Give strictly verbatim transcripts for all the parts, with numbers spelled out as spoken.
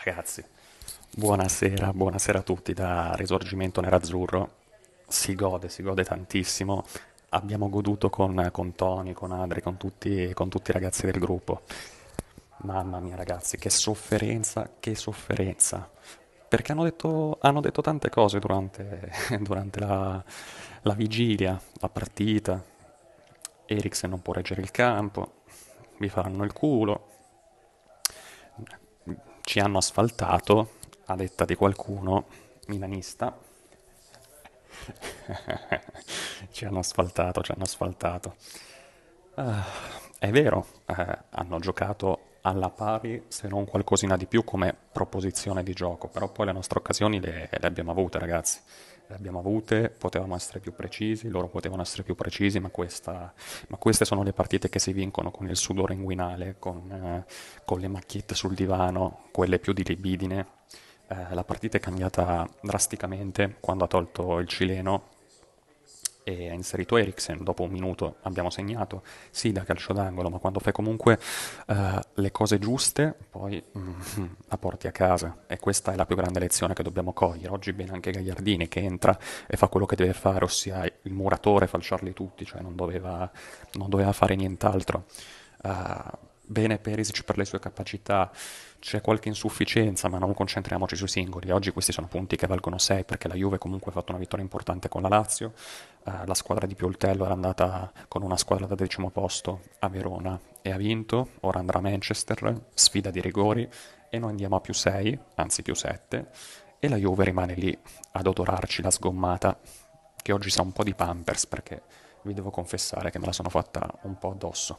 Ragazzi, buonasera, buonasera a tutti da Risorgimento Nerazzurro. Si gode, si gode tantissimo. Abbiamo goduto con, con Tony, con Adri, con tutti, con tutti i ragazzi del gruppo. Mamma mia, ragazzi, che sofferenza, che sofferenza. Perché hanno detto, hanno detto tante cose durante, durante la, la vigilia, la partita. Eriksen non può reggere il campo, vi faranno il culo. Ci hanno asfaltato, a detta di qualcuno milanista. Ci hanno asfaltato, ci hanno asfaltato. Ah, è vero, eh, hanno giocato alla pari, se non qualcosina di più come proposizione di gioco, però poi le nostre occasioni le, le abbiamo avute, ragazzi. Le abbiamo avute, potevamo essere più precisi, loro potevano essere più precisi, ma, questa, ma queste sono le partite che si vincono con il sudore inguinale, con, eh, con le macchiette sul divano, quelle più di libidine. Eh, la partita è cambiata drasticamente quando ha tolto il cileno e ha inserito Eriksen. Dopo un minuto abbiamo segnato, sì, da calcio d'angolo, ma quando fai comunque eh, le cose giuste, poi mm, la porti a casa. E questa è la più grande lezione che dobbiamo cogliere. Oggi bene anche Gagliardini che entra e fa quello che deve fare, ossia il muratore, falciarli tutti, cioè non doveva, non doveva fare nient'altro. Uh, bene Perisic per le sue capacità, c'è qualche insufficienza, ma non concentriamoci sui singoli. Oggi questi sono punti che valgono sei perché la Juve comunque ha fatto una vittoria importante con la Lazio. Uh, la squadra di Pioltello era andata con una squadra da decimo posto a Verona e ha vinto. Ora andrà a Manchester, sfida di rigori e noi andiamo a più sei, anzi più sette, e la Juve rimane lì ad odorarci la sgommata che oggi sa un po' di Pampers perché vi devo confessare che me la sono fatta un po' addosso.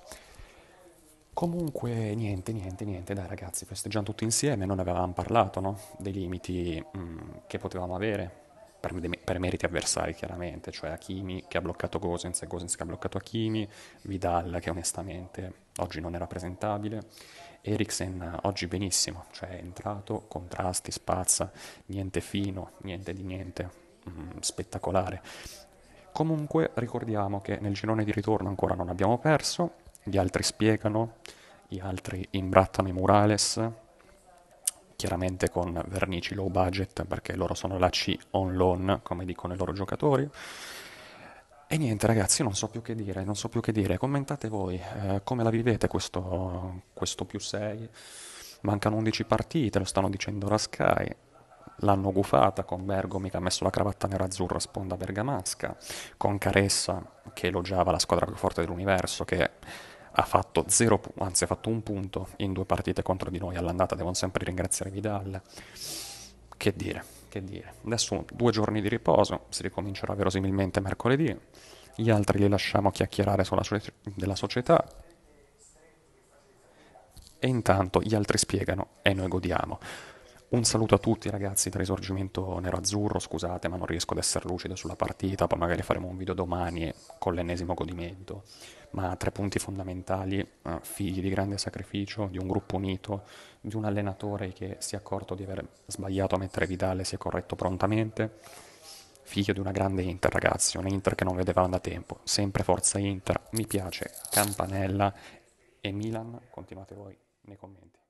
Comunque, niente, niente, niente, dai ragazzi, festeggiamo tutti insieme, non avevamo parlato, no? Dei limiti mm, che potevamo avere, per, per meriti avversari chiaramente, cioè Hakimi che ha bloccato Gosens e Gosens che ha bloccato Hakimi, Vidal che onestamente oggi non era presentabile, Eriksen oggi benissimo, cioè è entrato, contrasti, spazza, niente fino, niente di niente, mm, spettacolare. Comunque ricordiamo che nel girone di ritorno ancora non abbiamo perso, gli altri spiegano, gli altri imbrattano i murales, chiaramente con vernici low budget perché loro sono la C on loan, come dicono i loro giocatori. E niente ragazzi, non so più che dire, non so più che dire, commentate voi, eh, come la vivete questo, questo più sei? Mancano undici partite, lo stanno dicendo ora Sky, l'hanno gufata con Bergomi che ha messo la cravatta nerazzurra a sponda bergamasca, con Caressa che elogiava la squadra più forte dell'universo, che ha fatto zero, anzi ha fatto un punto in due partite contro di noi all'andata, devono sempre ringraziare Vidal. Che dire, che dire. Adesso due giorni di riposo, si ricomincerà verosimilmente mercoledì, gli altri li lasciamo chiacchierare sulla so- della società e intanto gli altri spiegano e noi godiamo. Un saluto a tutti ragazzi del Risorgimento Nero-Azzurro, scusate ma non riesco ad essere lucido sulla partita, poi magari faremo un video domani con l'ennesimo godimento, ma tre punti fondamentali, eh, figli di grande sacrificio, di un gruppo unito, di un allenatore che si è accorto di aver sbagliato a mettere Vidal e si è corretto prontamente, figlio di una grande Inter ragazzi, un Inter che non vedevamo da tempo, sempre forza Inter, mi piace Campanella e Milan, continuate voi nei commenti.